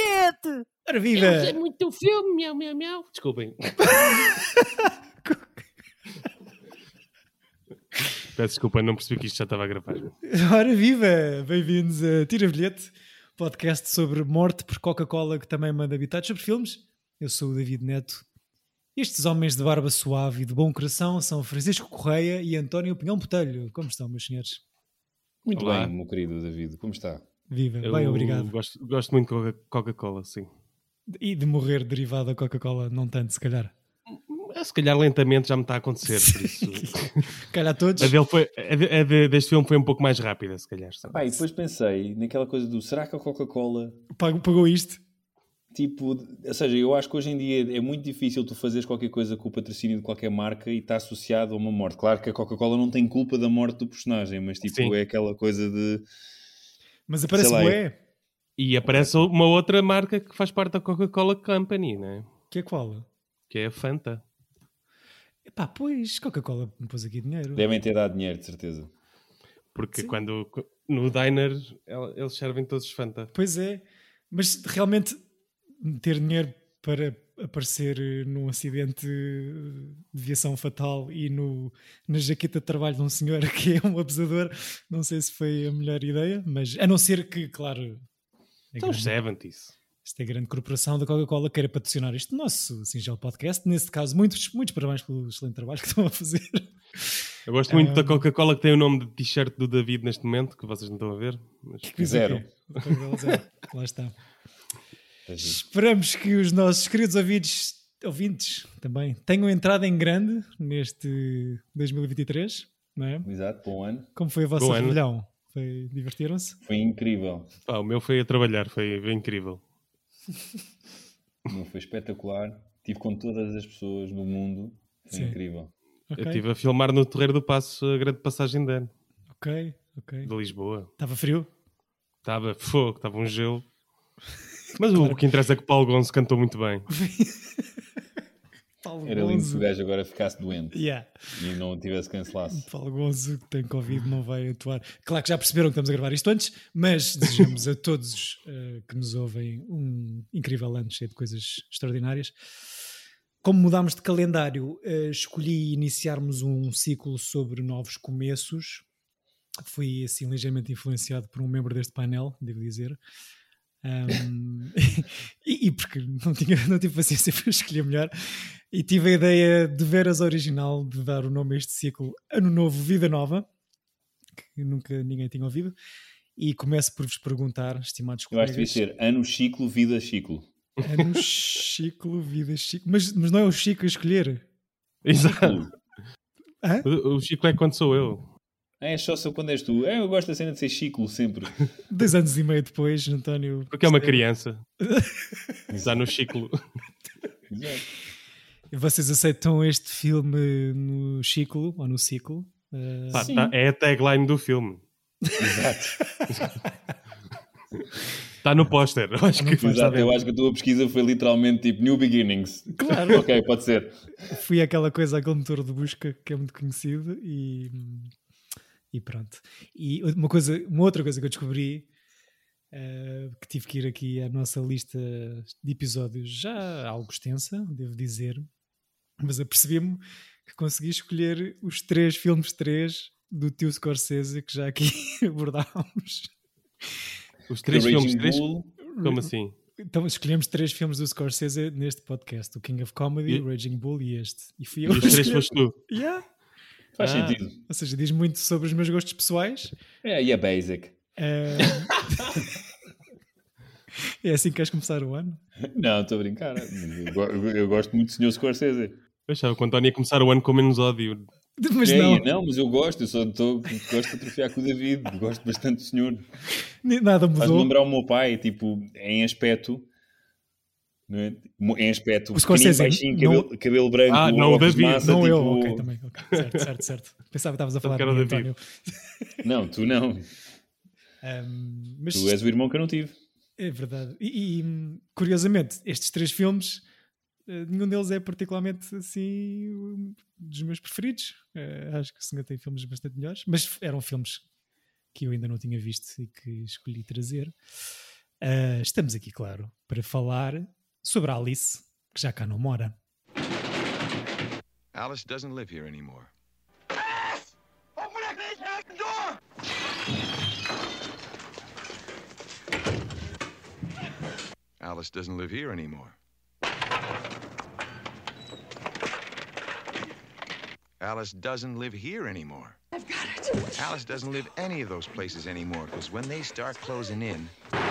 bilhete! Ora viva! Eu gostei muito do filme, miau, miau, miau. Desculpem. Peço desculpa, não percebi que isto já estava a gravar. Ora viva! Bem-vindos a Tira Bilhete, podcast sobre morte por Coca-Cola que também manda habitados sobre filmes. Eu sou o David Neto. Estes homens de barba suave e de bom coração são Francisco Correia e António Pinhão Botelho. Como estão, meus senhores? Muito Olá. bem, meu querido David. Como está? Viva! Eu Bem, obrigado. Gosto muito de Coca-Cola, sim. E de morrer derivado da Coca-Cola, não tanto, se calhar. Se calhar lentamente já me está a acontecer, por isso. Calhar todos. Deste filme foi um pouco mais rápida, se calhar. E depois pensei naquela coisa do será que a Coca-Cola... Pagou isto? Tipo, ou seja, eu acho que hoje em dia é muito difícil tu fazeres qualquer coisa com o patrocínio de qualquer marca e está associado a uma morte. Claro que a Coca-Cola não tem culpa da morte do personagem, mas tipo, Sim. é aquela coisa de... Mas aparece Sei lá, bué. E aparece uma outra marca que faz parte da Coca-Cola Company, né? Que é qual? Que é a Fanta. Epá, pois, Coca-Cola me pôs aqui dinheiro. Devem ter dado dinheiro, de certeza. Porque Sim. quando no diner eles servem todos Fanta. Pois é, mas realmente ter dinheiro para aparecer num acidente de viação fatal e na jaqueta de trabalho de um senhor que é um abusador, não sei se foi a melhor ideia, mas a não ser que, claro, São os 70s. esta grande corporação da Coca-Cola queira patrocinar este nosso singelo podcast. Neste caso, muitos parabéns pelo excelente trabalho que estão a fazer. Eu gosto muito da Coca-Cola que tem o nome de t-shirt do David neste momento, que vocês não estão a ver. Mas... Zero. Zero. Lá está. Esperamos que os nossos queridos ouvintes também tenham entrado em grande neste 2023, não é? Exato, bom ano. Como foi a vossa Bom ano. rebelião? Divertiram-se? Foi incrível. Pá, o meu foi a trabalhar, foi incrível. Não, foi espetacular. Estive com todas as pessoas no mundo. Foi Sim. incrível. Ok, Eu estive a filmar no Terreiro do Paço a grande passagem de ano, ok. de Lisboa. Estava frio? Estava fogo, estava um gelo. Mas o que interessa é que o Paulo Gonço cantou muito bem. Paulo Era lindo se Gonzo. o gajo agora ficasse doente Yeah. e não tivesse cancelado. Paulo Gonzo, que tem Covid, não vai atuar. Claro que já perceberam que estamos a gravar isto antes, mas desejamos a todos que nos ouvem um incrível ano cheio de coisas extraordinárias. Como mudámos de calendário, escolhi iniciarmos um ciclo sobre novos começos. Fui assim ligeiramente influenciado por um membro deste painel, devo dizer. E porque não tive paciência para escolher melhor e tive a ideia de veras original de dar o nome a este ciclo Ano Novo, Vida Nova, que nunca ninguém tinha ouvido, e começo por vos perguntar, estimados Eu acho que colegas, devia ser ano ciclo, vida ciclo. Ano Ciclo, Vida Ciclo, mas não é o Chico a escolher. Exato. Hã? O Chico é quando sou eu. É só quando és tu. Eu gosto da cena de ser ciclo sempre. 2 anos e meio depois, António. Porque é uma criança. Já no ciclo. Exato. E vocês aceitam este filme no ciclo ou no ciclo? Pá, Sim. é a tagline do filme. Exato. Está no póster. Eu acho que Exato. Eu acho que a tua pesquisa foi literalmente tipo New Beginnings. Claro. Ok, pode ser. Fui aquele motor de busca que é muito conhecido e pronto. E uma outra coisa que eu descobri, que tive que ir aqui à nossa lista de episódios já algo extensa, devo dizer, mas apercebi-me que consegui escolher os 3 filmes do tio Scorsese que já aqui abordámos. Os 3 The filmes, Raging 3? Bull. Como assim? Então escolhemos 3 filmes do Scorsese neste podcast: o King of Comedy, o Raging Bull e este. E fui E eu os a 3 escolher. foste tu. Yeah. Faz sentido. Ou seja, diz muito sobre os meus gostos pessoais. E é basic. É assim que queres começar o ano? Não, estou a brincar. Eu gosto muito do Sr. Scorsese. Eu achava que o António ia começar o ano com menos ódio. Mas não, Mas eu gosto. Eu só gosto de atrofiar com o David. Gosto bastante do senhor. nada Faz-me mudou. lembrar o meu pai, tipo, em aspecto. Não é? Em aspecto, O Scorsese, pequenino, baixinho, não- cabelo branco, não, o óculos de David, massa, Não tipo... eu, ok, também. Okay. Certo. Pensava que estavas a falar de Era o mim, David. António. Não, tu não. Mas Tu és o irmão que eu não tive. é verdade. Curiosamente, estes 3 filmes, nenhum deles é particularmente assim dos meus preferidos. Acho que o senhor tem filmes bastante melhores, mas eram filmes que eu ainda não tinha visto e que escolhi trazer. Estamos aqui, claro, para falar sobre a Alice, que já cá não mora. Alice doesn't live here anymore. Alice! Open that door! Alice doesn't live here anymore. Alice doesn't live here anymore. I've got it. Alice doesn't live any of those places anymore, because when they start closing in,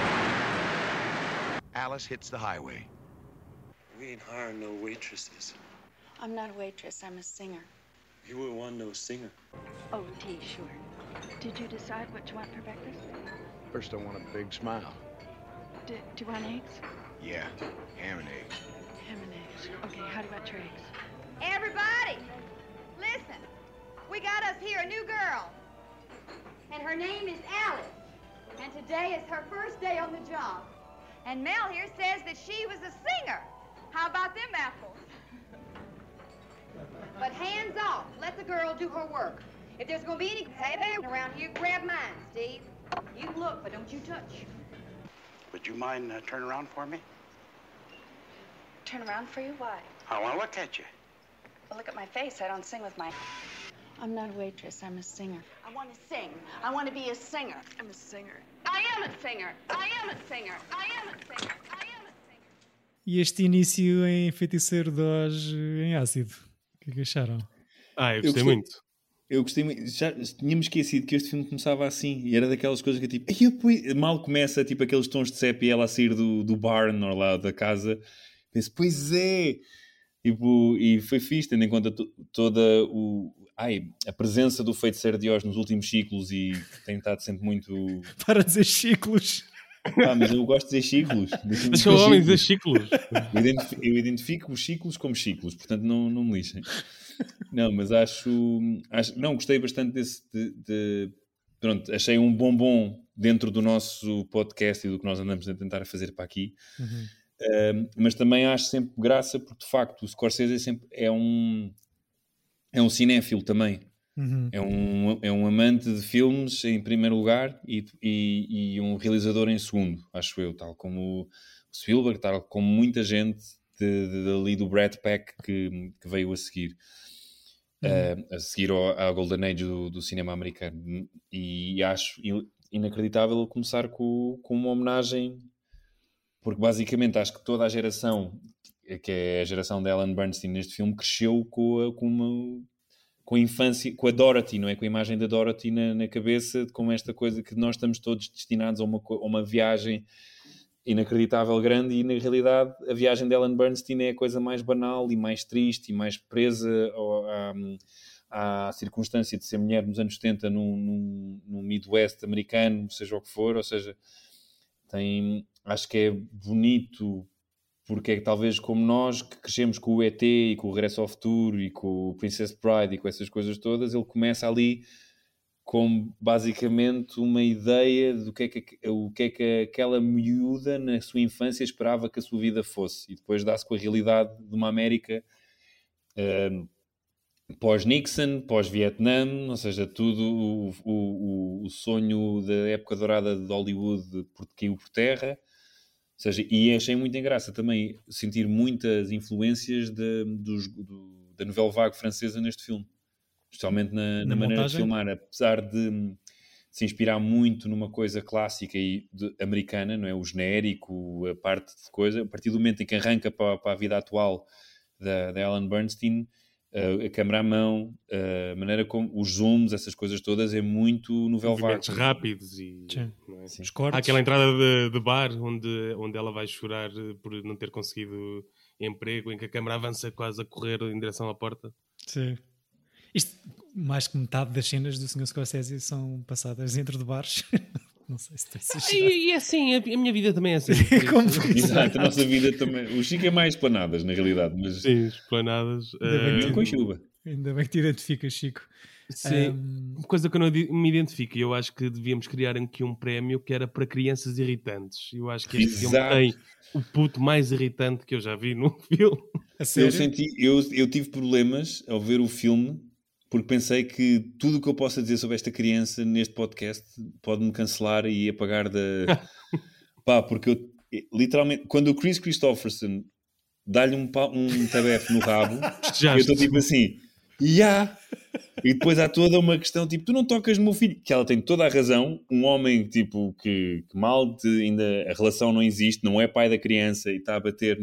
Alice hits the highway. We ain't hiring no waitresses. I'm not a waitress, I'm a singer. You wouldn't want no singer. Oh, tea, sure. Did you decide what you want for breakfast? First, I want a big smile. Do you want eggs? Yeah, ham and eggs. Ham and eggs. Okay, how about your eggs? Everybody, listen. We got us here a new girl. And her name is Alice. And today is her first day on the job. And Mel here says that she was a singer. How about them apples? But hands off. Let the girl do her work. If there's going to be any table around here, grab mine, Steve. You can look, but don't you touch. Would you mind turn around for me? Turn around for you? Why? I want to look at you. Well, look at my face. I don't sing with my... I'm not a waitress. I'm a singer. I want to sing. I want to be a singer. I'm a singer. I am a singer. I am a singer. I am a singer. I am a singer. E este início em Feiticeiro de Oz em ácido, o que é que acharam? Eu gostei muito. Eu gostei muito. Já tínhamos esquecido que este filme começava assim. E era daquelas coisas que tipo... mal começa, tipo aqueles tons de sépia e ela a sair do barn ou lá da casa. Penso, pois é! Tipo, e foi fixe, tendo em conta toda a presença do Feiticeiro de Oz nos últimos ciclos e tem estado sempre muito... Para dizer ciclos. Mas eu gosto de dizer ciclos. Deixa o homem dizer ciclos. Eu identifico os ciclos como ciclos, portanto não me lixem. Não, mas não, gostei bastante desse... Pronto, achei um bombom dentro do nosso podcast e do que nós andamos a tentar fazer para aqui. Uhum. Mas também acho sempre graça porque de facto o Scorsese é um cinéfilo também. Uhum. É um amante de filmes em primeiro lugar e um realizador em segundo, acho eu, tal como o Spielberg, tal como muita gente ali do Brad Pack que veio a seguir. A seguir à Golden Age do cinema americano. E acho inacreditável ele começar com uma homenagem, porque basicamente acho que toda a geração, que é a geração de Ellen Bernstein neste filme, cresceu com a infância, com a Dorothy, não é? Com a imagem da Dorothy na cabeça, com esta coisa que nós estamos todos destinados a uma viagem inacreditável grande, e na realidade a viagem de Ellen Bernstein é a coisa mais banal e mais triste e mais presa à circunstância de ser mulher nos anos 70 no Midwest americano, seja o que for. Ou seja, acho que é bonito porque é que talvez como nós que crescemos com o ET e com o Regresso ao Futuro e com o Princess Bride e com essas coisas todas, ele começa ali com basicamente uma ideia do que é que aquela miúda na sua infância esperava que a sua vida fosse, e depois dá-se com a realidade de uma América pós-Nixon, pós-Vietnã, ou seja, tudo o sonho da época dourada de Hollywood caiu por terra. Ou seja, e achei muito engraçado também sentir muitas influências da Nouvelle Vague francesa neste filme. Especialmente na maneira de filmar, apesar de se inspirar muito numa coisa clássica e americana, não é? O genérico, a parte de coisa, a partir do momento em que arranca para a vida atual da Ellen Bernstein, a câmera à mão, a maneira como os zooms, essas coisas todas, é muito Nouvelle Vague. Movimentos rápidos e não é? Os cortes. Há aquela entrada de bar onde ela vai chorar por não ter conseguido emprego, em que a câmera avança quase a correr em direção à porta. Sim. Isto, mais que metade das cenas do Sr. Scorsese são passadas dentro de bares. Não sei se estou a exagerar. E é assim, a minha vida também é assim. Exato, a nossa vida também. O Chico é mais esplanadas, na realidade. Mas... Sim, esplanadas. Com chuva. Ainda bem que te identificas, Chico. Sim, coisa que eu não me identifico. E eu acho que devíamos criar aqui um prémio que era para crianças irritantes. Eu acho que este filme tem o puto mais irritante que eu já vi num filme. A sério? Eu tive problemas ao ver o filme, porque pensei que tudo o que eu possa dizer sobre esta criança neste podcast pode-me cancelar e apagar Pá, porque eu, literalmente, quando o Chris Christopherson dá-lhe um tabefe no rabo, eu estou tipo assim, E depois há toda uma questão, tipo, tu não tocas no meu filho, que ela tem toda a razão, um homem, tipo, que mal ainda a relação não existe, não é pai da criança e está a bater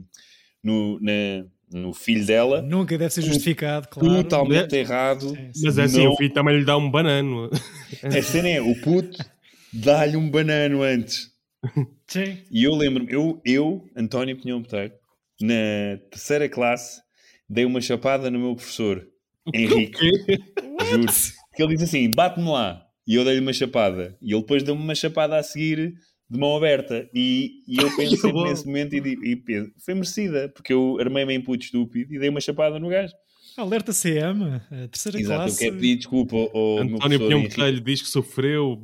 no filho dela. Nunca deve ser justificado, claro. Totalmente errado. Mas é assim, o filho também lhe dá um banano. A cena é, o puto dá-lhe um banano antes. Sim. E eu lembro-me, eu, António Pinhão Botelho, na 3ª classe, dei uma chapada no meu professor, Henrique. Juro. Que ele diz assim, bate-me lá. E eu dei-lhe uma chapada. E ele depois deu-me uma chapada a seguir, de mão aberta. E eu pensei nesse momento e penso, foi merecida, porque eu armei-me em puto estúpido e dei uma chapada no gajo. Alerta CM, a 3ª classe. Eu quero pedir desculpa ao António Pinhão Botelho diz que sofreu.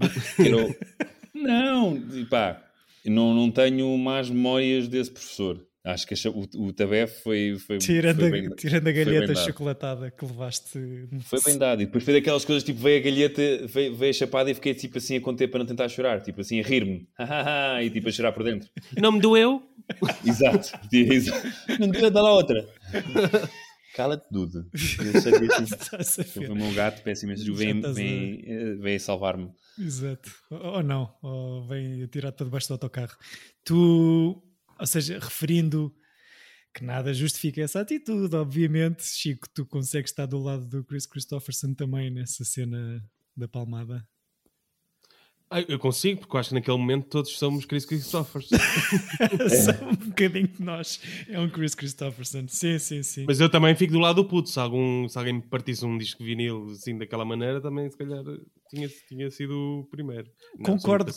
Não, pá, não tenho más memórias desse professor. Acho que o tabefe foi tirando a galheta foi chocolatada que levaste. Foi bem dado. E depois foi daquelas coisas, tipo, veio a galheta, veio a chapada e fiquei tipo assim a conter para não tentar chorar. Tipo assim, a rir-me. E tipo a chorar por dentro. Não me doeu? Exato. Não me doeu, dá lá outra. Cala-te, Duda. Eu sabia que foi o meu gato, peço imenso. Vem salvar-me. Exato. Ou não. Ou vem tirar-te debaixo do autocarro. Tu... Ou seja, referindo que nada justifica essa atitude, obviamente, Chico, tu consegues estar do lado do Chris Christopherson também nessa cena da palmada? Eu consigo, porque eu acho que naquele momento todos somos Chris Christopherson. Só um bocadinho de nós. É um Chris Christopherson. Sim. Mas eu também fico do lado do puto. Se alguém me partisse um disco vinil assim daquela maneira, também se calhar tinha sido o primeiro. Concordo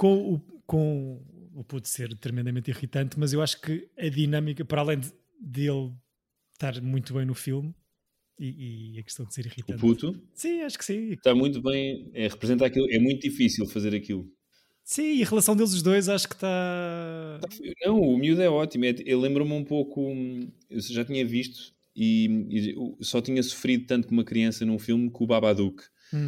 com o puto ser tremendamente irritante, mas eu acho que a dinâmica, para além de ele estar muito bem no filme, e a questão de ser irritante. O puto? Sim, acho que sim. Está muito bem, representa aquilo, é muito difícil fazer aquilo. Sim, e a relação deles os dois acho que está... Não, o miúdo é ótimo, eu lembro-me um pouco, eu já tinha visto e só tinha sofrido tanto como uma criança num filme com o Babadook.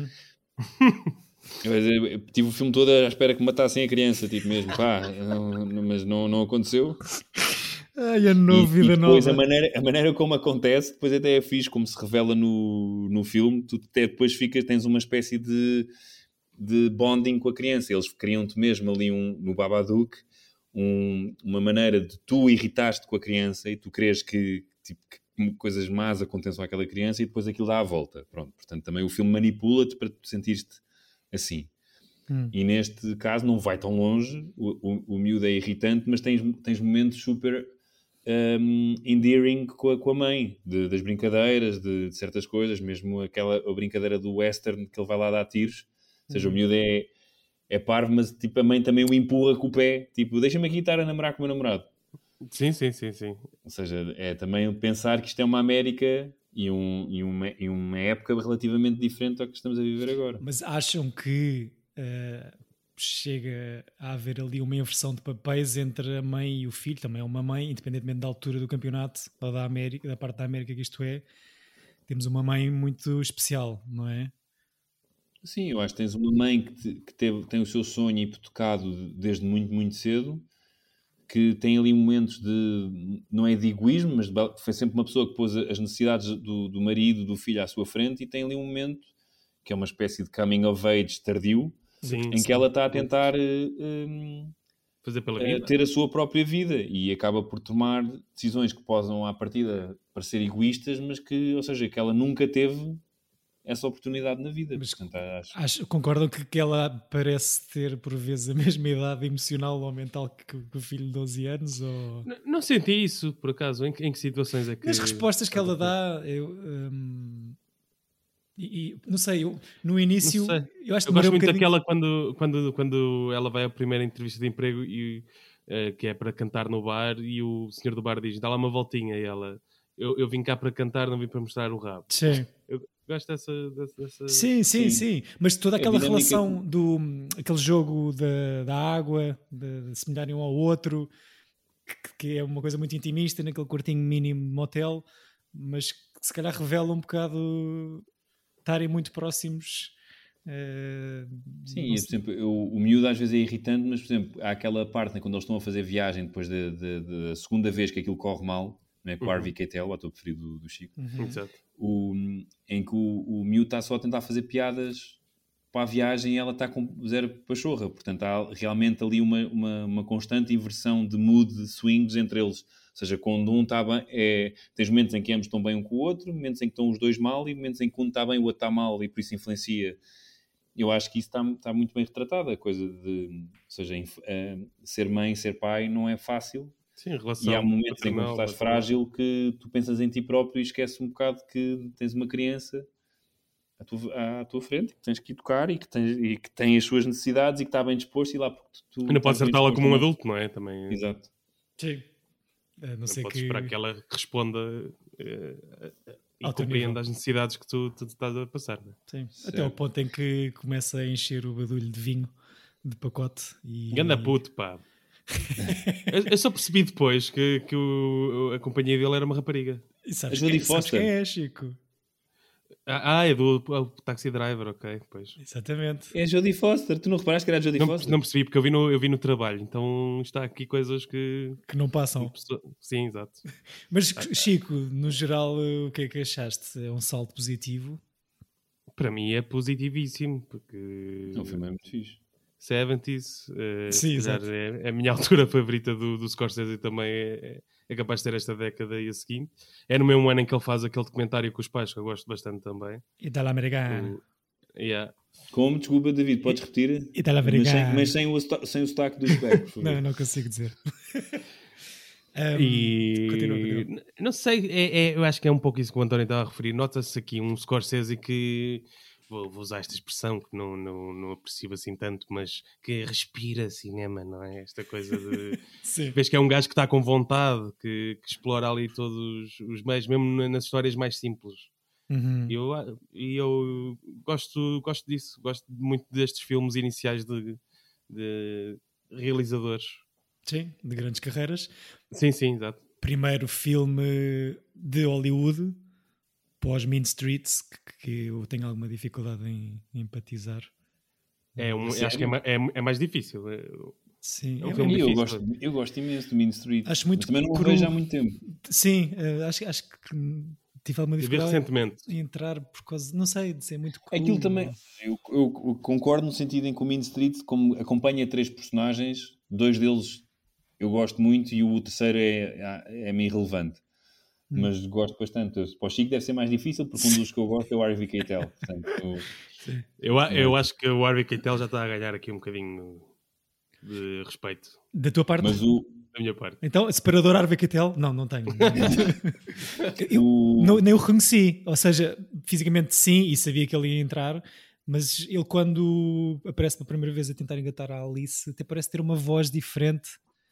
Eu tive o filme todo à espera que matassem a criança, tipo mesmo, mas não aconteceu. Ai, a nova vida nova. Depois a maneira como acontece, depois até é fixe, como se revela no filme, tu até depois tens uma espécie de bonding com a criança. Eles criam-te mesmo ali no Babadook uma maneira de tu irritaste com a criança e tu queres que coisas más aconteçam àquela criança e depois aquilo dá a volta. Pronto, portanto também o filme manipula-te para tu sentir-te assim. E neste caso não vai tão longe, o miúdo é irritante, mas tens momentos super endearing com a mãe, das brincadeiras, de certas coisas, mesmo a brincadeira do western que ele vai lá dar tiros, ou seja, o miúdo é parvo, mas tipo, a mãe também o empurra com o pé, tipo, deixa-me aqui estar a namorar com o meu namorado. Sim. Ou seja, é também pensar que isto é uma América e uma época relativamente diferente ao que estamos a viver agora. Mas acham que chega a haver ali uma inversão de papéis entre a mãe e o filho? Também é uma mãe, independentemente da altura do campeonato ou da parte da América que isto é, temos uma mãe muito especial, não é? Sim, eu acho que tens uma mãe que tem o seu sonho hipotecado desde muito, muito cedo, que tem ali momentos não é de egoísmo, mas foi sempre uma pessoa que pôs as necessidades do marido, do filho à sua frente, e tem ali um momento que é uma espécie de coming of age tardio, em que ela está a tentar fazer pela vida, ter a sua própria vida, e acaba por tomar decisões que possam à partida parecer egoístas, mas ou seja, que ela nunca teve essa oportunidade na vida. Mas, portanto, concordam que ela parece ter por vezes a mesma idade emocional ou mental que o filho de 12 anos? Ou... Não senti isso, por acaso. Em que situações é que... Nas respostas que ela dá, não sei, no início eu acho que gosto muito daquela quando ela vai à primeira entrevista de emprego e que é para cantar no bar, e o senhor do bar diz, dá lá uma voltinha, e ela, eu vim cá para cantar, não vim para mostrar o rabo. Sim. Eu gosto dessa... Sim. Mas toda aquela relação aquele jogo da água, de se molharem um ao outro, que é uma coisa muito intimista naquele quartinho mínimo de motel, mas que se calhar revela um bocado estarem muito próximos Sim, por exemplo, o miúdo às vezes é irritante, mas por exemplo, há aquela parte, né, quando eles estão a fazer viagem depois da segunda vez que aquilo corre mal, né, com o Harvey Keitel, o ator preferido do Chico, Exato. em que o miúdo está só a tentar fazer piadas para a viagem e ela está com zero pachorra. Portanto, há realmente ali uma constante inversão de mood, de swings entre eles. Ou seja, quando um está bem, tens momentos em que ambos estão bem um com o outro, momentos em que estão os dois mal e momentos em que um está bem e o outro está mal e por isso influencia. Eu acho que isso está muito bem retratado. A coisa de, ou seja, ser mãe, ser pai não é fácil. Sim, relação e há momentos em que tu estás frágil que tu pensas em ti próprio e esqueces um bocado que tens uma criança à tua frente, que tens que ir tocar e que tem as suas necessidades e que está bem disposto e lá porque tu não podes tratá-la como um adulto, não é? Também... Exato. Sim. Não sei podes esperar que ela responda e compreenda as necessidades que tu estás a passar. Não é? Sim. Até ao ponto em que começa a encher o badulho de vinho de pacote. Ganda puto, pá. Eu só percebi depois que a companhia dele era uma rapariga. E sabes quem é, Chico? É do Taxi Driver, ok, pois. Exatamente. É a Jodie Foster. Tu não reparaste que era a Jodie Foster? Não percebi, porque eu vi no trabalho. Então está aqui coisas que não passam. Sim, exato. Mas, Chico, no geral, o que é que achaste? É um salto positivo? Para mim é positivíssimo, porque... O filme é muito fixe. 70s, sim, é a minha altura favorita do Scorsese, também é capaz de ter esta década e a seguinte. É no mesmo ano em que ele faz aquele documentário com os pais, que eu gosto bastante também. Italo-americano. Yeah. Como? Desculpa, David, podes repetir? Italo-americano. Mas sem o sotaque do Uzbek, por favor. Não consigo dizer. Continua. Não sei, eu acho que é um pouco isso que o António estava a referir. Nota-se aqui um Scorsese que... Vou usar esta expressão que não aprecio assim tanto, mas que respira cinema, não é? Esta coisa de... Vês que é um gajo que está com vontade, que explora ali todos os meios, mesmo nas histórias mais simples. E eu gosto disso. Gosto muito destes filmes iniciais de realizadores. Sim, de grandes carreiras. Sim, exato. Primeiro filme de Hollywood... pós Mean Streets, que eu tenho alguma dificuldade em empatizar. Acho que é mais difícil. Sim, é um filme difícil. Eu gosto imenso de Mean Streets. Acho muito, mas também não o vejo há muito tempo. Sim, acho que tive alguma dificuldade recentemente em entrar por causa, não sei, de ser muito cru. Aquilo também, eu concordo no sentido em que o Mean Streets acompanha 3 personagens, 2 deles eu gosto muito e o terceiro é-me irrelevante. Mas gosto bastante. Para o Chico deve ser mais difícil porque um dos que eu gosto é o Harvey Keitel. Portanto, eu acho que o Harvey Keitel já está a ganhar aqui um bocadinho de respeito. Da tua parte? Da minha parte. Então, separador Harvey Keitel? Não tenho. Nem o reconheci. Ou seja, fisicamente sim, e sabia que ele ia entrar, mas ele quando aparece pela primeira vez a tentar engatar a Alice, até parece ter uma voz diferente.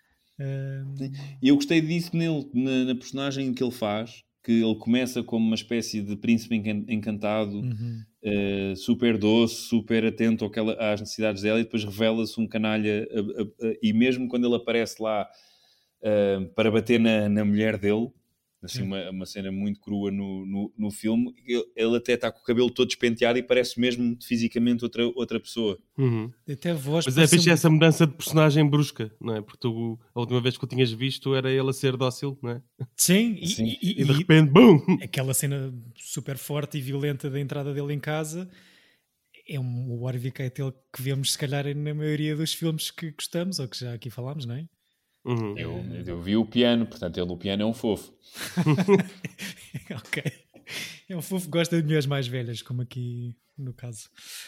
E eu gostei disso nele, na personagem que ele faz, que ele começa como uma espécie de príncipe encantado, super doce, super atento às necessidades dela, e depois revela-se um canalha, e mesmo quando ele aparece lá para bater na mulher dele, assim, uma cena muito crua no filme, ele até está com o cabelo todo despenteado e parece mesmo fisicamente outra pessoa. Até a voz. Mas é fixe essa mudança de personagem brusca, não é? Porque a última vez que o tinhas visto era ele a ser dócil, não é? Sim, e de repente, BUM! Aquela cena super forte e violenta da entrada dele em casa é o Harvey Keitel que vemos, se calhar, na maioria dos filmes que gostamos, ou que já aqui falámos, não é? Eu vi o piano, portanto ele no piano é um fofo. Ok. É um fofo que gosta de mulheres mais velhas, como aqui no caso.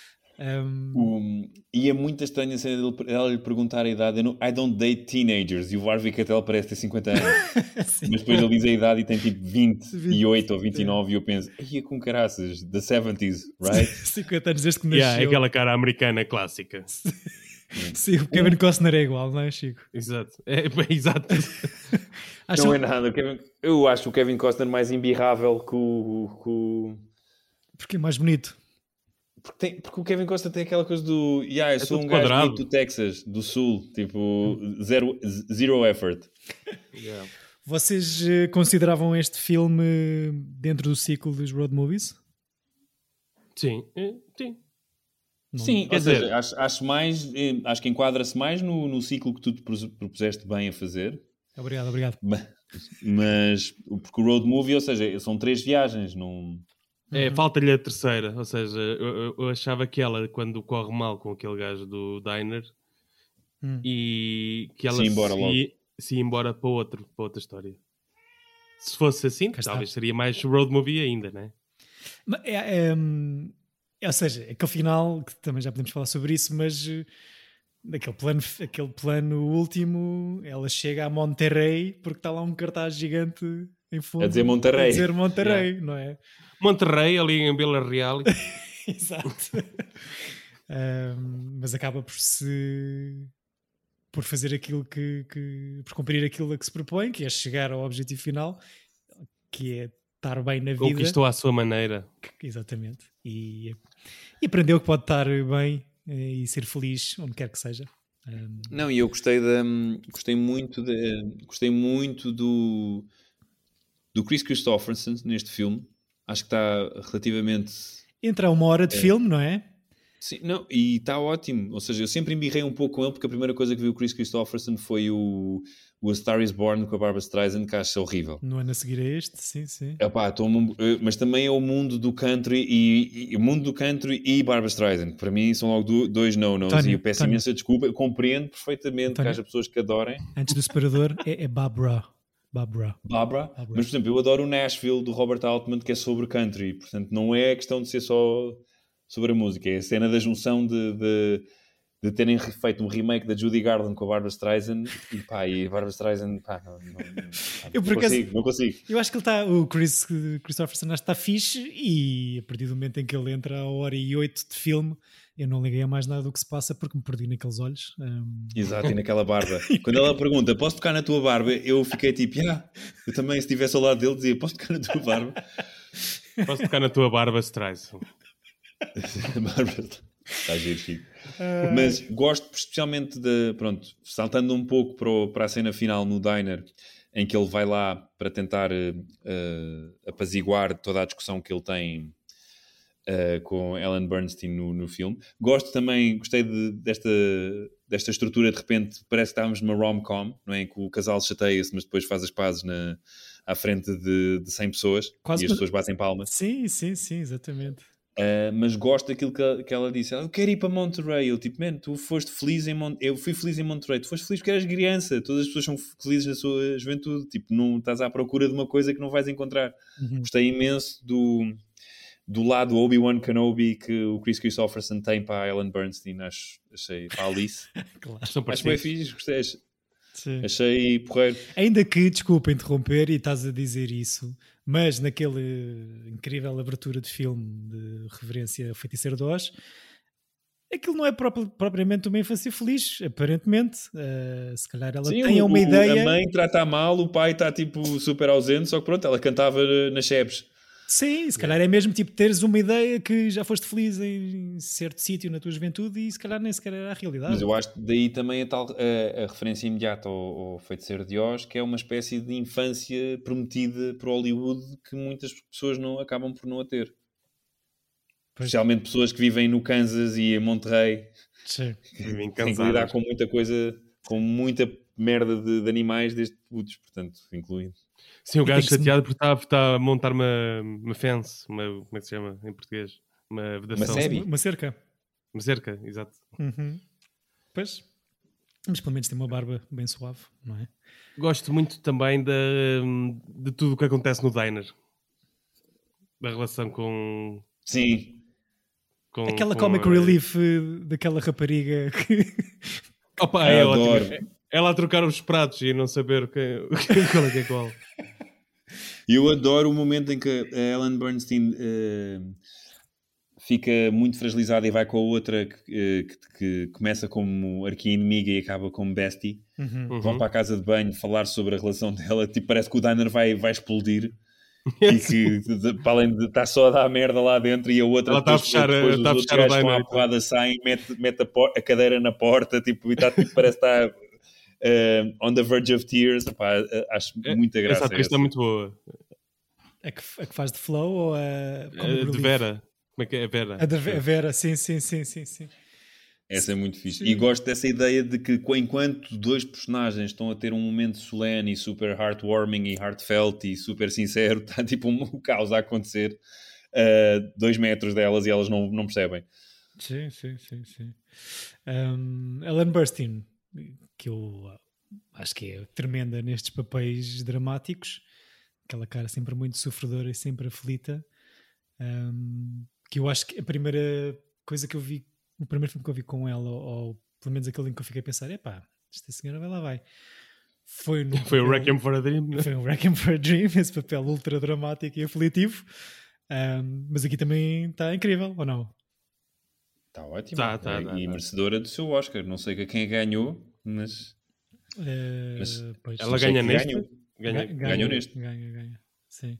E é muito estranha a cena dela lhe perguntar a idade. I don't date teenagers. E o Harvey Keitel parece ter 50 anos. Mas depois ele diz a idade e tem tipo 28 ou 29 e eu penso, ia com caraças, the 70s, right? 50 anos desde que nasceu. É aquela cara americana clássica. Sim, o Kevin Costner é igual, não é, Chico? Exato. Exato. Não é nada. Eu acho o Kevin Costner mais imbirrável que o... Porque é mais bonito. Porque o Kevin Costner tem aquela coisa do... eu sou um gajo do Texas, do Sul. Tipo, zero effort. Vocês consideravam este filme dentro do ciclo dos road movies? Sim. Sim. Sim, Quer ou seja, dizer- acho que enquadra-se mais no ciclo que tu te propuseste bem a fazer. Obrigado. Mas porque o road movie, ou seja, são 3 viagens. Não... Falta-lhe a terceira. Ou seja, eu achava que ela, quando corre mal com aquele gajo do diner, e que ela Se ia embora logo. se ia embora para outra história. Se fosse assim, Cá talvez está. seria mais road movie ainda, né? Mas ou seja, aquele final, que também já podemos falar sobre isso, mas aquele plano último, ela chega a Monterrey porque está lá um cartaz gigante em fundo A dizer Monterrey. a dizer Monterrey, não é? Monterrey, ali em Vila Real. Exato. Mas acaba por fazer aquilo por cumprir aquilo a que se propõe, que é chegar ao objetivo final, que é estar bem na vida. Conquistou à sua maneira. Exatamente. E aprendeu que pode estar bem e ser feliz onde quer que seja. Não, e eu gostei muito do Chris Christopherson neste filme. Acho que está relativamente... Entra 1 hora de filme, não é? Sim, não, e está ótimo. Ou seja, eu sempre embirrei um pouco com ele porque a primeira coisa que vi o Chris Christopherson foi o A Star Is Born com a Barbra Streisand, que acho horrível. No ano a seguir a este, sim. Epá, mas também é o mundo do country e o mundo do country e Barbra Streisand, que para mim são logo 2 no-nos. E eu peço imensa desculpa, eu compreendo perfeitamente que haja pessoas que adorem. Antes do separador é Barbra. Mas por exemplo, eu adoro o Nashville do Robert Altman, que é sobre country, portanto não é questão de ser só sobre a música, é a cena da junção de terem feito um remake da Judy Garland com a Barbra Streisand e a Barbra Streisand, não consigo. Eu acho que o Chris Christopherson acho que está fixe, e a partir do momento em que ele entra a 1h08 de filme, eu não liguei a mais nada do que se passa porque me perdi naqueles olhos. Exato, e naquela barba. Quando ela pergunta, posso tocar na tua barba? Eu fiquei tipo, eu também, se estivesse ao lado dele, dizia, posso tocar na tua barba? Posso tocar na tua Barbra Streisand. Está giro, Chico. Mas gosto especialmente saltando um pouco para a cena final no diner, em que ele vai lá para tentar apaziguar toda a discussão que ele tem com Ellen Bernstein no filme. Gostei desta estrutura, de repente parece que estávamos numa rom-com, não é? Que o casal chateia-se, mas depois faz as pazes à frente de 100 pessoas. Quase e as pessoas batem palmas. Sim, exatamente. Mas gosto daquilo que ela disse. Eu quero ir para Monterrey. Eu tipo, tu foste feliz eu fui feliz em Monterrey. Tu foste feliz porque eras criança. Todas as pessoas são felizes na sua juventude. Tipo, não estás à procura de uma coisa que não vais encontrar. Gostei imenso do lado Obi-Wan Kenobi que o Chris Christopherson tem para a Ellen Bernstein. Achei para a Alice. Claro. Acho que foi fixe. Gostei. Sim. Achei porreiro. Ainda que, desculpa interromper, e estás a dizer isso, mas naquele incrível abertura de filme de reverência ao Feiticeiro de Oz, aquilo não é propriamente uma infância feliz, aparentemente. Se calhar ela tem uma ideia... A mãe trata mal, o pai está tipo super ausente, só que pronto, ela cantava nas Chebes. Sim, se calhar é mesmo tipo teres uma ideia que já foste feliz em certo sítio na tua juventude e se calhar nem sequer era a realidade. Mas eu acho que daí também a referência imediata ao Feiticeiro de Oz, que é uma espécie de infância prometida por Hollywood que muitas pessoas acabam por não a ter. Pois. Especialmente pessoas que vivem no Kansas e em Monterrey. Sim. Têm que lidar com muita coisa, com muita merda de animais desde putos, portanto, incluindo. Sim, o gajo chateado porque está a montar uma fence, como é que se chama em português? Uma vedação. Uma cerca. Uma cerca, exato. Pois. Mas pelo menos tem uma barba bem suave, não é? Gosto muito também de tudo o que acontece no diner. Da relação com... Sim. Aquela comic relief daquela rapariga que... Opa, é ótimo. Ela a trocar os pratos e não saber qual é que é qual. E eu adoro o momento em que a Ellen Bernstein fica muito fragilizada e vai com a outra que começa como arqui-inimiga e acaba como bestie. Vão para a casa de banho falar sobre a relação dela. Tipo, parece que o diner vai explodir. E que, para além de estar só a dar merda lá dentro, e a outra ela depois, está depois os outros gajos com a porrada saem, mete a cadeira na porta, tipo, e está, tipo, parece que está on the verge of tears. Epá, acho muita graça. Essa atriz está muito boa. A que faz de Flow ou a de Vera? Como é que é? A Vera. A Vera, sim. Essa é muito fixe. E gosto dessa ideia de que enquanto dois personagens estão a ter um momento solene e super heartwarming e heartfelt e super sincero, está tipo um caos a acontecer a 2 metros delas e elas não percebem. Sim. Ellen Burstyn, que eu acho que é tremenda nestes papéis dramáticos, aquela cara sempre muito sofredora e sempre aflita, que eu acho que a primeira coisa que eu vi, o primeiro filme que eu vi com ela, ou pelo menos aquele em que eu fiquei a pensar, epá, esta senhora vai lá vai. Foi o Requiem for a Dream, né? Foi o Requiem for a Dream, esse papel ultra dramático e aflitivo. Mas aqui também está incrível, ou não? Está ótimo. Tá. Merecedora do seu Oscar. Não sei quem ganhou, mas ela ganha neste. Ganhou neste. Ganha. Sim.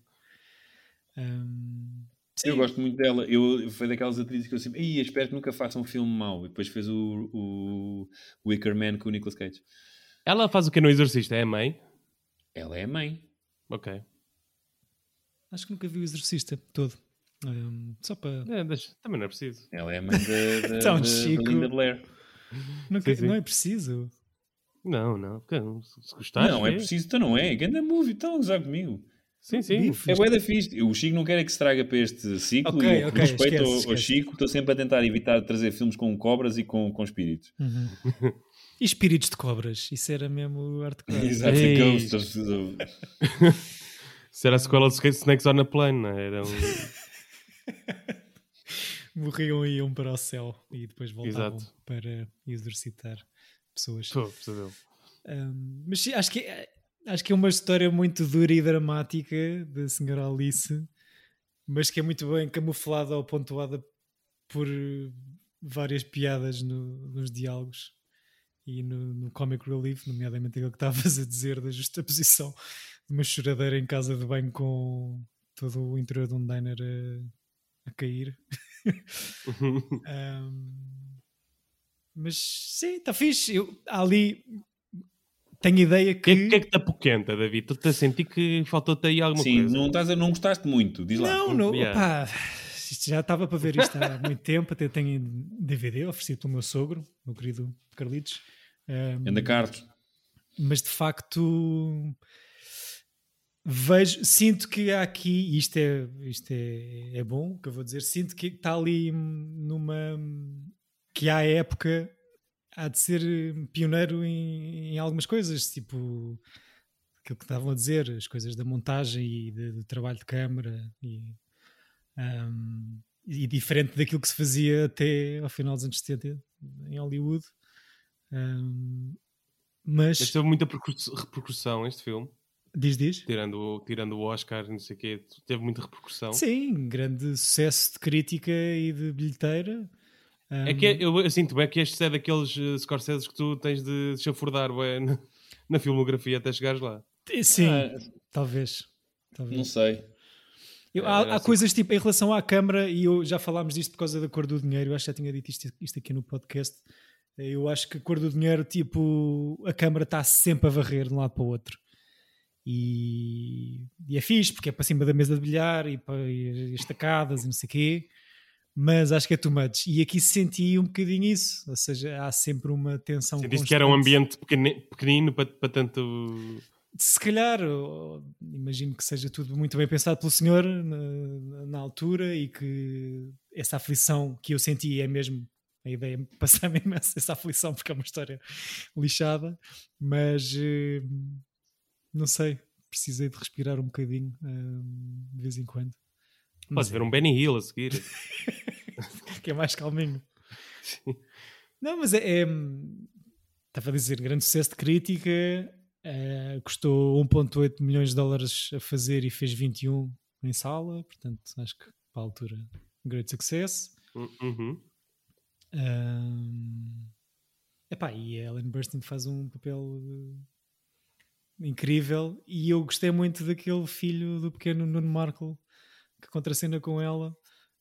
Eu gosto muito dela. Foi daquelas atrizes que eu sempre... espero que nunca faça um filme mau. E depois fez o Wicker Man com o Nicolas Cage. Ela faz o que no Exorcista? É a mãe? Ela é a mãe. Ok. Acho que nunca vi o Exorcista todo. Só para... também não é preciso. Ela é a mãe da Então, Chico. Linda Blair. Não é preciso. Não. Se gostares... Não, é preciso. Então não é. Ganda movie. Estão a usar comigo. Sim. É bué da fixe. O Chico não quer é que se traga para este ciclo. Ok, e respeito esquece. ao Chico, estou sempre a tentar evitar de trazer filmes com cobras e com espíritos. Uhum. E espíritos de cobras. Isso era mesmo hardcore. Exato, Ghosts. Isso era a sequela de Snakes on a Plane, não é? Morriam e iam para o céu e depois voltavam. Exato. Para exorcitar pessoas. Mas sim, acho que é uma história muito dura e dramática da senhora Alice, mas que é muito bem camuflada ou pontuada por várias piadas nos diálogos e no comic relief, nomeadamente aquilo que estavas a dizer da justaposição de uma choradeira em casa de banho com todo o interior de um diner a cair. Mas sim, está fixe. Ali tenho ideia que... O que é que te apoquenta, David? Tu te a sentir que faltou-te aí alguma coisa? Sim, não gostaste muito, diz lá. Não, pá, já estava para ver isto há muito tempo, até tenho DVD oferecido pelo meu sogro, meu querido Carlitos. Anda Carlos. Mas de facto sinto que há aqui, isto é bom, que eu vou dizer, sinto que está ali que à época há de ser pioneiro em algumas coisas, tipo aquilo que estavam a dizer, as coisas da montagem e do trabalho de câmara e diferente daquilo que se fazia até ao final dos anos 70 em Hollywood. Mas teve muita repercussão este filme. Diz. Tirando o Oscar, não sei o quê, teve muita repercussão. Sim, grande sucesso de crítica e de bilheteira. É que eu sinto bem que este é daqueles Scorsese que tu tens de chafurdar na filmografia até chegares lá. Sim, talvez. Não sei. Há coisas tipo em relação à câmara, e já falámos disto por causa da Cor do Dinheiro, eu acho que já tinha dito isto aqui no podcast. Eu acho que a Cor do Dinheiro, tipo, a câmara está sempre a varrer de um lado para o outro. E é fixe, porque é para cima da mesa de bilhar e estacadas e não sei o quê, mas acho que é too much. E aqui senti um bocadinho isso, ou seja, há sempre uma tensão constante. Sentiste que era um ambiente pequenino para tanto... Se calhar, imagino que seja tudo muito bem pensado pelo senhor na altura, e que essa aflição que eu senti é mesmo a ideia de passar mesmo essa aflição, porque é uma história lixada, mas não sei, precisei de respirar um bocadinho de vez em quando. Pode ver um Benny Hill a seguir. Que é mais calminho. Sim. Não, mas estava a dizer, grande sucesso de crítica. Custou 1,8 milhões de dólares a fazer e fez 21 em sala, portanto acho que para a altura great success. E a Ellen Burstyn faz um papel incrível, e eu gostei muito daquele filho do pequeno Nuno Markle que contracena com ela,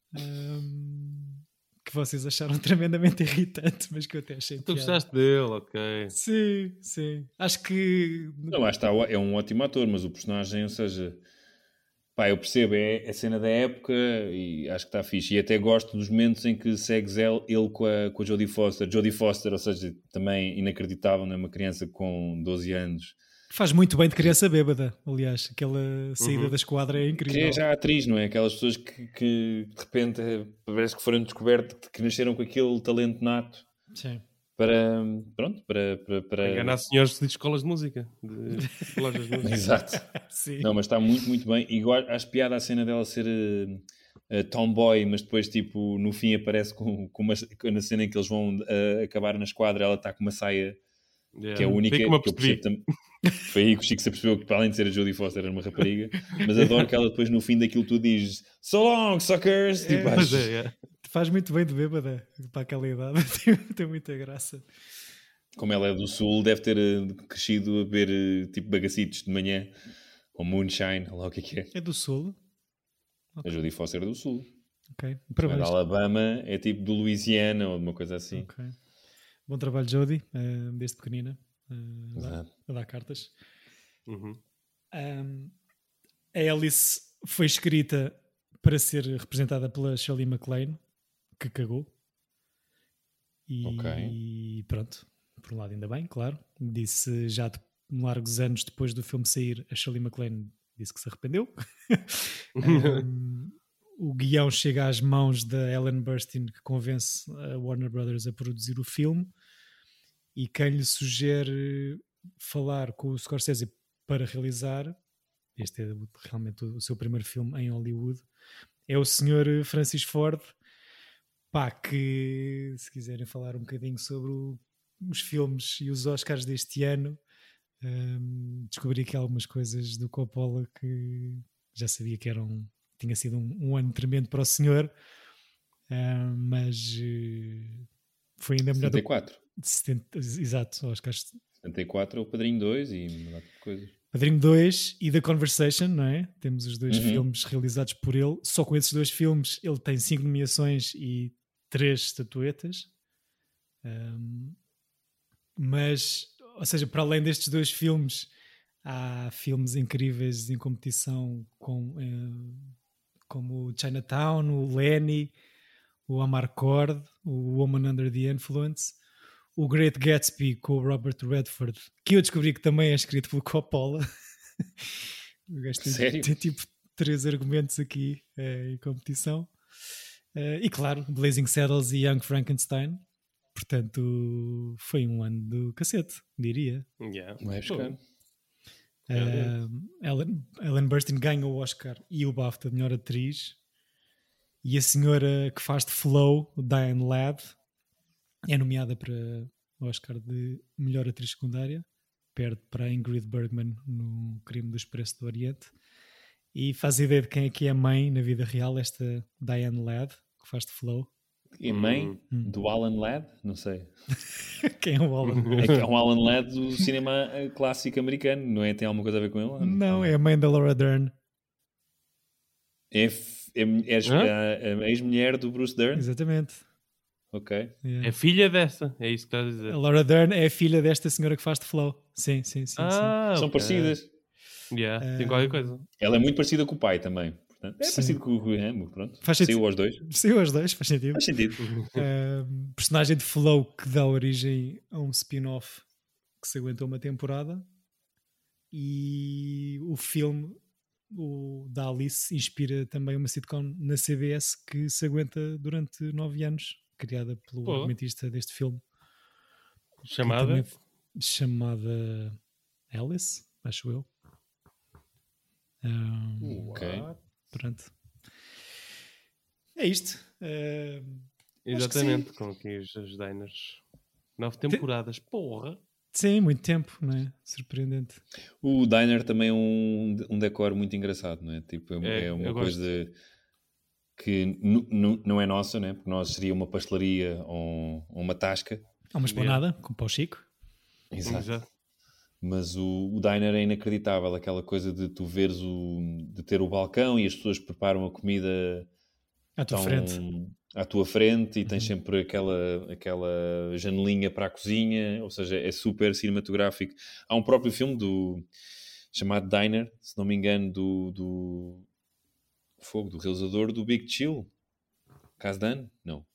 que vocês acharam tremendamente irritante, mas que eu até achei tu piada. gostaste dele, ok. Sim, acho que lá está, é um ótimo ator, mas o personagem, ou seja, Pá, eu percebo, é a cena da época e acho que está fixe. E até gosto dos momentos em que segues ele com a Jodie Foster. Jodie Foster, ou seja, também inacreditável, não é? Uma criança com 12 anos. Faz muito bem de criança bêbada, aliás. Aquela saída da esquadra é incrível. Que é já atriz, não é? Aquelas pessoas que de repente parece que foram descobertas, que nasceram com aquele talento nato. Sim. Para enganar senhores de escolas de música, de lojas de música. Exato. Sim. Não, mas está muito, muito bem. Igual acho piada a cena dela ser tomboy, mas depois, tipo, no fim aparece na cena em que eles vão acabar na esquadra, ela está com uma saia que é a única que eu percebo. Foi aí que o Chico se apercebeu que, para além de ser a Jodie Foster, era uma rapariga. Mas adoro que ela depois, no fim daquilo, tu dizes "So long, suckers!" Tipo, Faz muito bem de bêbada para aquela idade. Tem muita graça. Como ela é do Sul, deve ter crescido a beber tipo bagacitos de manhã. Ou moonshine, ou lá o que é. É do Sul? Okay. A Jodie Foster é do Sul. Ok. Não é da Alabama, é tipo do Louisiana ou uma coisa assim. Ok. Bom trabalho, Jodie, desde pequenina. A dar cartas. Uhum. A Alice foi escrita para ser representada pela Shirley MacLaine, que cagou. E pronto, por um lado ainda bem, claro. Disse já largos anos depois do filme sair, a Shirley MacLaine disse que se arrependeu. O guião chega às mãos da Ellen Burstyn, que convence a Warner Brothers a produzir o filme, e quem lhe sugere falar com o Scorsese para realizar, este é realmente o seu primeiro filme em Hollywood, é o Sr. Francis Ford. Pá, que se quiserem falar um bocadinho sobre os filmes e os Oscars deste ano, descobri aqui algumas coisas do Coppola que já sabia que tinha sido um ano tremendo para o senhor, mas foi ainda melhor. 74. Exato, Oscars. 74 é o Padrinho 2 e uma data de coisas. Padrinho 2 e The Conversation, não é? Temos os dois filmes realizados por ele. Só com esses dois filmes ele tem 5 nomeações e 3 estatuetas. Mas, ou seja, para além destes dois filmes, há filmes incríveis em competição como o Chinatown, o Lenny, o Amarcord, o Woman Under the Influence, o Great Gatsby com o Robert Redford, que eu descobri que também é escrito pelo Coppola. Sério? Tem tipo 3 argumentos aqui em competição. E claro, Blazing Saddles e Young Frankenstein. Portanto, foi um ano do cacete, diria. Vai buscar. Ellen Burstyn ganha o Oscar e o BAFTA de melhor atriz. E a senhora que faz de Flo, Diane Ladd, é nomeada para o Oscar de melhor atriz secundária. Perde para Ingrid Bergman no Crime do Expresso do Oriente. E faz ideia de quem é que é a mãe na vida real, esta Diane Ladd, que faz de Flo. E mãe do Alan Ladd? Não sei. Quem é o Alan? É um Alan Ladd do cinema clássico americano, não é? Tem alguma coisa a ver com ele? Não, é a mãe da Laura Dern. É a ex-mulher do Bruce Dern? Exatamente. Ok. É filha dessa, é isso que estás a dizer. A Laura Dern é a filha desta senhora que faz de Flo. Sim. São parecidas. Tem qualquer coisa. Ela é muito parecida com o pai também. Portanto, é parecido com o Rambo, pronto. Saiu aos dois. Saiu aos dois, faz sentido. Faz sentido. Personagem de Flo que dá origem a um spin-off que se aguentou uma temporada. E o filme da Alice inspira também uma sitcom na CBS que se aguenta durante 9 anos, criada pelo argumentista deste filme. Chamada Alice, acho eu. Ok. Pronto. É isto. Exatamente, com aqui os diners. 9 temporadas, porra! Sim, muito tempo, não é? Surpreendente. O diner também é um decor muito engraçado, não é? Tipo, é uma coisa que não é nossa, né? Porque nós seria uma pastelaria ou uma tasca. Ou uma esplanada, com o Pau Chico. Exato. Mas o diner é inacreditável, aquela coisa de tu veres de ter o balcão e as pessoas preparam a comida à tua frente e tens sempre aquela janelinha para a cozinha, ou seja, é super cinematográfico. Há um próprio filme chamado Diner, se não me engano, do Fogo, do realizador do Big Chill. Kazdan? Não.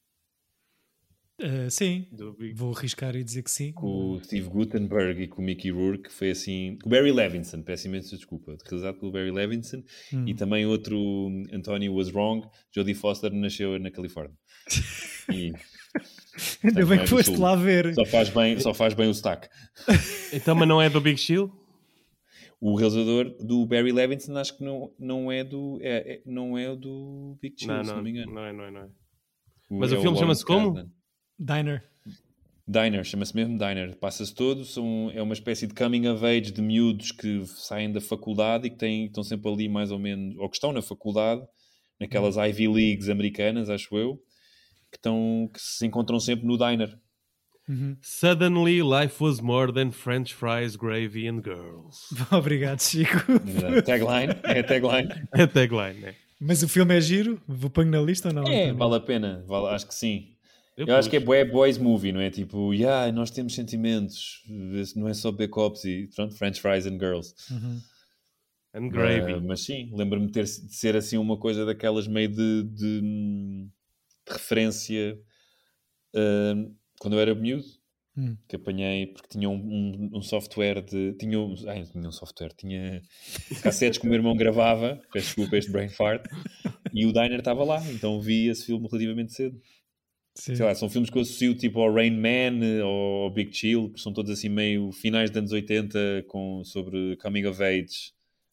Sim, vou arriscar e dizer que sim. Com o Steve Guttenberg e com o Mickey Rourke, foi assim... Com o Barry Levinson, peço imensa desculpa. Realizado pelo Barry Levinson. E também outro, Anthony Was Wrong, Jodie Foster nasceu na Califórnia. E... Ainda bem que foste lá ver. Só faz bem o sotaque. Então, mas não é do Big Chill? O realizador do Barry Levinson acho que não é do Big Chill, se não me engano. Não é. Mas o filme chama-se como? Diner, chama-se mesmo Diner. Passa-se todo, é uma espécie de coming of age de miúdos que saem da faculdade e que estão sempre ali mais ou menos, ou que estão na faculdade, naquelas Ivy Leagues americanas, acho eu, que se encontram sempre no diner. Suddenly life was more than French fries, gravy and girls. Obrigado, Chico. Tagline, é a tagline. É a tagline, é. Mas o filme é giro? Vou pôr na lista ou não? Vale a pena, acho que sim. Eu acho que é boys movie, não é? Tipo, nós temos sentimentos, não é só Beck-Ops e pronto, French fries and girls. And gravy. Mas sim, lembro-me de ser assim uma coisa daquelas meio de referência quando eu era miúdo, que apanhei, porque tinha um software tinha cassetes que o meu irmão gravava, peço desculpa este brain fart, e o Diner estava lá, então vi esse filme relativamente cedo. Sim. Sei lá, são filmes que eu associo tipo ao Rain Man ou ao Big Chill, que são todos assim meio finais dos anos 80 sobre coming of age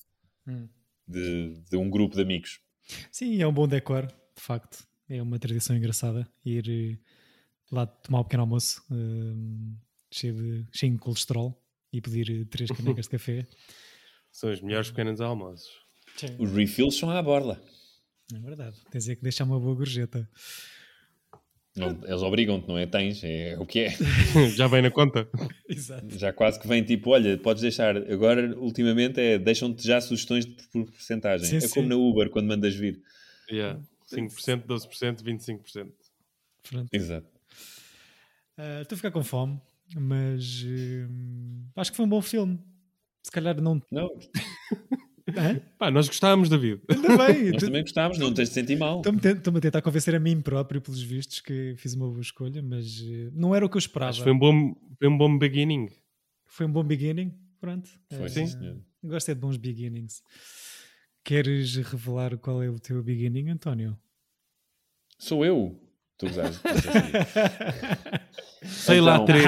de um grupo de amigos. Sim, é um bom decor, de facto. É uma tradição engraçada ir lá tomar um pequeno almoço cheio de colesterol e pedir 3 canecas de café. São os melhores pequenos almoços. Sim. Os refills são à borla. É verdade, tens que deixar uma boa gorjeta. Não, eles obrigam-te, não é? Tens, é o que é. Já vem na conta. Exato. Já quase que vem tipo, olha, podes deixar. Agora, ultimamente, deixam-te já sugestões por porcentagem. Sim, como na Uber, quando mandas vir. 5%, 12%, 25%. Pronto. Exato. Estou a ficar com fome, mas acho que foi um bom filme. Se calhar não... Pá, nós gostávamos, David. Ainda bem. Nós também gostávamos, não tens de sentir mal. Estou-me a tentar convencer a mim próprio, pelos vistos, que fiz uma boa escolha, mas não era o que eu esperava. Acho que foi um bom beginning. Foi um bom beginning? Pronto. Foi, sim, senhor. Gosto de bons beginnings. Queres revelar qual é o teu beginning, António? Sou eu. Tu usaste. Sei lá, 3.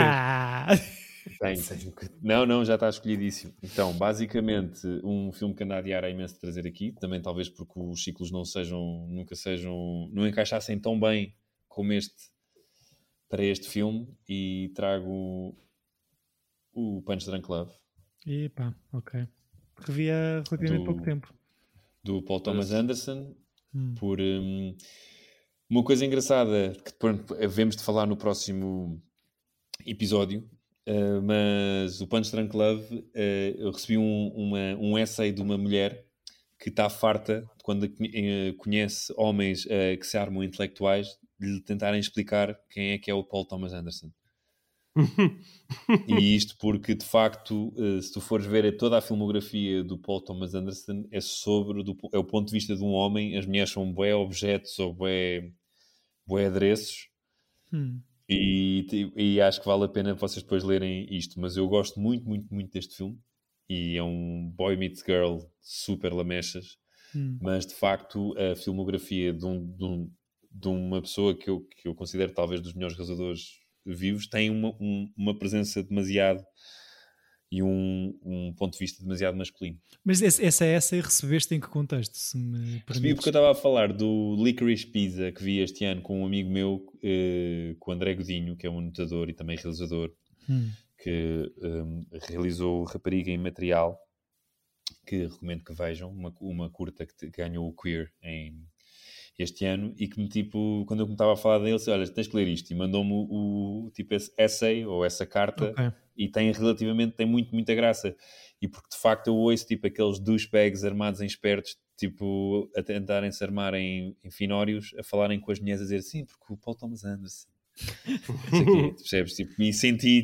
Não, já está escolhidíssimo. Então, basicamente, um filme que anda a adiar é imenso de trazer aqui, também talvez porque os ciclos não encaixassem tão bem como este para este filme, e trago o Punch Drunk Love. Epá, ok. Revi há relativamente pouco tempo. Do Paul Thomas Anderson, por uma coisa engraçada que depois havemos de falar no próximo episódio. Mas o Punch Drunk Love, eu recebi um essay de uma mulher que está farta de quando conhece homens que se armam intelectuais, de lhe tentarem explicar quem é que é o Paul Thomas Anderson. E isto porque, de facto, se tu fores ver toda a filmografia do Paul Thomas Anderson, é o ponto de vista de um homem. As mulheres são bué objetos ou bué adereços. E acho que vale a pena vocês depois lerem isto, mas eu gosto muito, muito, muito deste filme, e é um boy meets girl super lamechas, mas de facto a filmografia de uma pessoa que eu considero talvez dos melhores realizadores vivos tem uma presença demasiado e um ponto de vista demasiado masculino. Mas essa recebeste em que contexto? Se me Recebi porque eu estava a falar do Licorice Pizza que vi este ano com um amigo meu, com o André Godinho, que é um anotador e também realizador, que realizou Rapariga Imaterial, que recomendo que vejam, uma curta que ganhou o Queer este ano, e que quando eu me estava a falar dele, disse, olha, tens que ler isto, e mandou-me esse essay ou essa carta. Okay. E tem muita graça. E porque, de facto, eu ouço, aqueles douchebags armados em espertos, a tentarem-se armar em finórios, a falarem com as mulheres, a dizer, sim, porque o Paul Thomas Anderson. Percebes? E senti,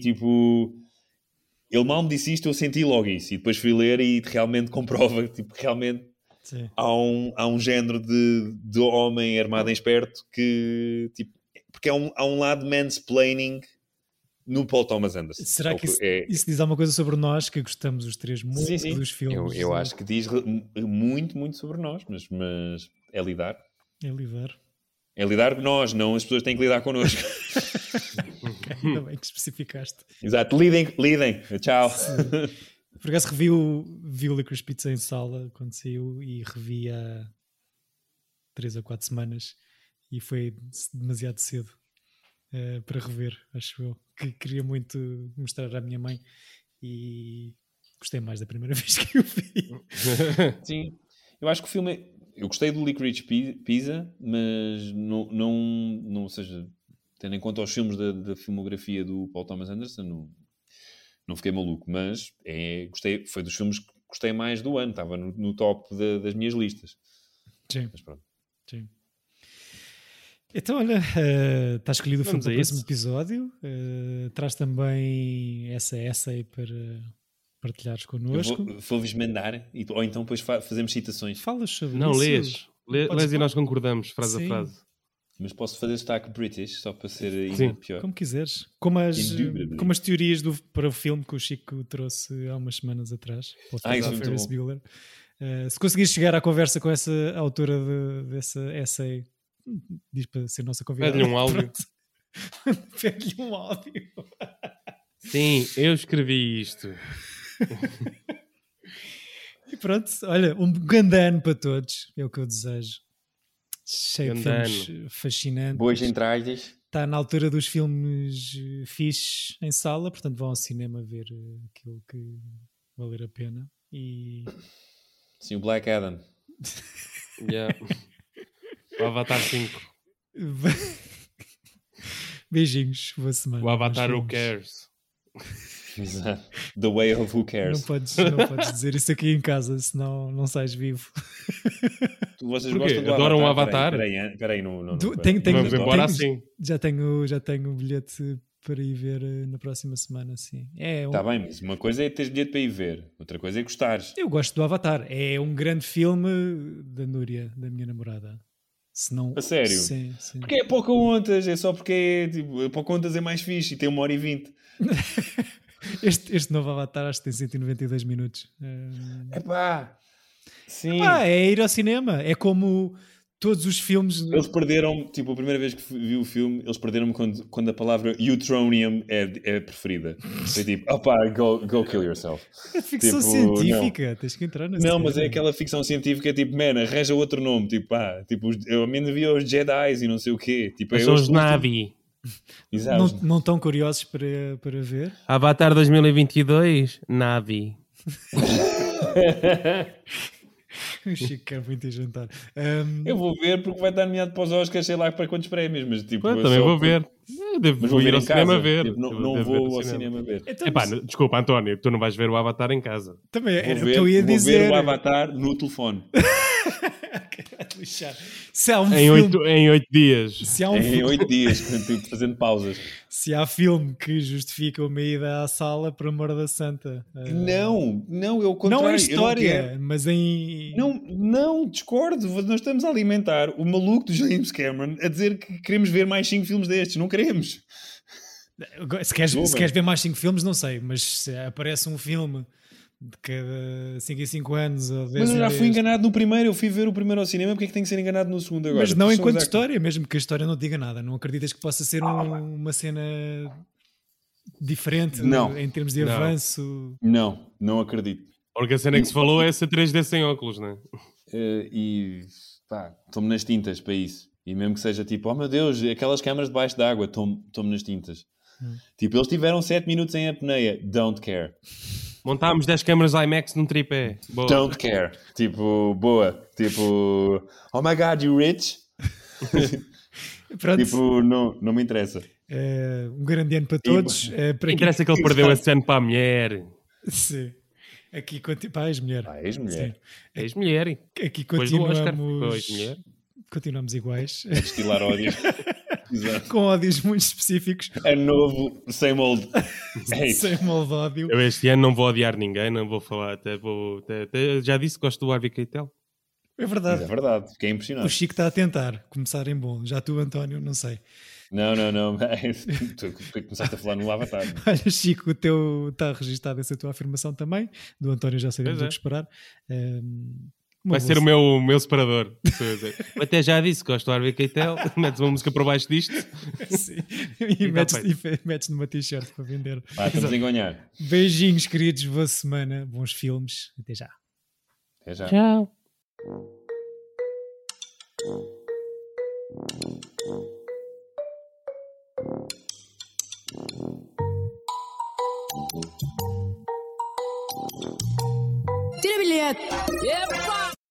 ele mal me disse isto, eu senti logo isso. E depois fui ler e realmente comprova, realmente Sim. há um género de homem armado em esperto que, tipo, porque há um lado mansplaining no Paul Thomas Anderson. Será que isso diz alguma coisa sobre nós, que gostamos os três muito sim. dos filmes? Eu acho que diz muito, muito sobre nós, mas é lidar. É lidar. É lidar com nós, não as pessoas têm que lidar connosco. Ainda bem que especificaste. Exato, lidem. Tchau. Por acaso vi o Licorice Pizza em sala quando saiu e revi há 3 ou 4 semanas e foi demasiado cedo para rever, acho eu. Que queria muito mostrar à minha mãe e gostei mais da primeira vez que eu vi. Sim, eu acho que o filme eu gostei do Licorice Pizza, mas não, ou seja, tendo em conta os filmes da filmografia do Paul Thomas Anderson, não fiquei maluco, mas gostei, foi dos filmes que gostei mais do ano, estava no top das minhas listas. Sim. Mas pronto. Sim. Então, olha, está escolhido o filme para o próximo episódio. Traz também essa essay para partilhares connosco. Vou-vos mandar, ou então depois fazemos citações. Falas sobre não, isso? Lês e nós concordamos, frase a frase. Mas posso fazer sotaque British, só para ser ainda pior. Como quiseres. Como as teorias para o filme que o Chico trouxe há umas semanas atrás. Isso é Ferris Bueller. Se conseguires chegar à conversa com essa autora dessa essay, diz para ser nossa convidada. Pede-lhe um áudio. Pede-lhe um áudio. Sim, eu escrevi isto. E pronto, olha, um grande ano para todos, é o que eu desejo. Cheio de filmes fascinantes. Boas entradas. Está na altura dos filmes fixes em sala, portanto vão ao cinema ver aquilo que valer a pena. E... Sim, o Black Adam. Yeah. O Avatar 5. Beijinhos, boa semana. O Avatar Who Cares. Exato. The Way of Who Cares. Não podes dizer isso aqui em casa, senão não sais vivo. Vocês Porquê? gostam do Adoram o Avatar? Avatar? Peraí, não. Vamos embora assim. Já tenho o bilhete para ir ver na próxima semana, sim. Está bem, mas uma coisa é teres bilhete para ir ver, outra coisa é gostares. Eu gosto do Avatar. É um grande filme da Núria, da minha namorada. A sério? Sim. Porque é Pocahontas, é só porque Pocahontas é mais fixe e tem 1h20. Este novo Avatar acho que tem 192 minutos. Epá, sim. É ir ao cinema. É como todos os filmes... Eles perderam, tipo, a primeira vez que vi o filme, eles perderam-me quando a palavra Eutronium é preferida. Foi tipo, go kill yourself. É ficção científica, tens que entrar Não, mas é aquela ficção científica, tipo, arranja outro nome. Tipo, eu ao menos vi os Jedis e não sei o quê. Tipo, são os Navi. Exato. Não estão curiosos para ver? Avatar 2022, Navi. O Chico quer muito ir jantar. Eu vou ver porque vai estar nomeado para os Oscars, sei lá para quantos prémios, mas tipo... também vou ver. Eu devo ir ao cinema ver. Tipo, não vou ao cinema ver. Então, desculpa, António, tu não vais ver o Avatar em casa. Também era o que eu ia dizer. Vou ver o Avatar no telefone. Se há em 8 dias. Em 8 dias, fazendo pausas. Se há filme que justifica uma ida à sala, por amor da santa. Não, é o contrário. Não em história, mas em... Não, discordo. Nós estamos a alimentar o maluco do James Cameron a dizer que queremos ver mais 5 filmes destes. Não queremos. Se queres ver mais 5 filmes, não sei. Mas se aparece um filme... de cada 5 em 5 anos ou 10 mas eu já fui enganado no primeiro, eu fui ver o primeiro ao cinema, porque é que tenho que ser enganado no segundo agora? Mas não enquanto história, mesmo que a história não diga nada, não acreditas que possa ser uma cena diferente em termos de avanço? Não acredito. Porque a cena que se falou é essa 3D sem óculos, não é? E pá, estou-me nas tintas para isso, e mesmo que seja tipo, oh meu Deus, aquelas câmaras debaixo d'água, estou-me nas tintas. Tipo, eles tiveram 7 minutos em apneia, don't care. Montámos 10 câmaras IMAX num tripé. Boa. Don't care. Tipo, boa. Tipo, oh my God, you rich? Tipo, não me interessa. Um grande ano para todos. Para interessa que ele perdeu esse ano para a mulher. Sim. Aqui ex-mulher. Ex-mulher. Ex-mulher. Aqui continuamos iguais. A destilar ódios. Com ódios muito específicos. É novo, same old hate. Same old ódio. Eu este ano não vou odiar ninguém, não vou falar, já disse que gosto do Harvey Keitel. É verdade. Mas é verdade, fiquei O impressionado. Chico está a tentar começar em bom. Já tu, António, não sei. Não. Tu começaste a falar no Avatar. Olha, Chico, o teu está registado essa tua afirmação também. Do António já sabemos o que esperar. Vai ser o meu separador. Eu até já disse que gosto do Harvey Keitel. Metes uma música por baixo disto. Sim. E metes numa t-shirt para vender. Estamos a ganhar. Beijinhos, queridos. Boa semana. Bons filmes. Até já. Até já. Tchau. Tira bilhete! Epa!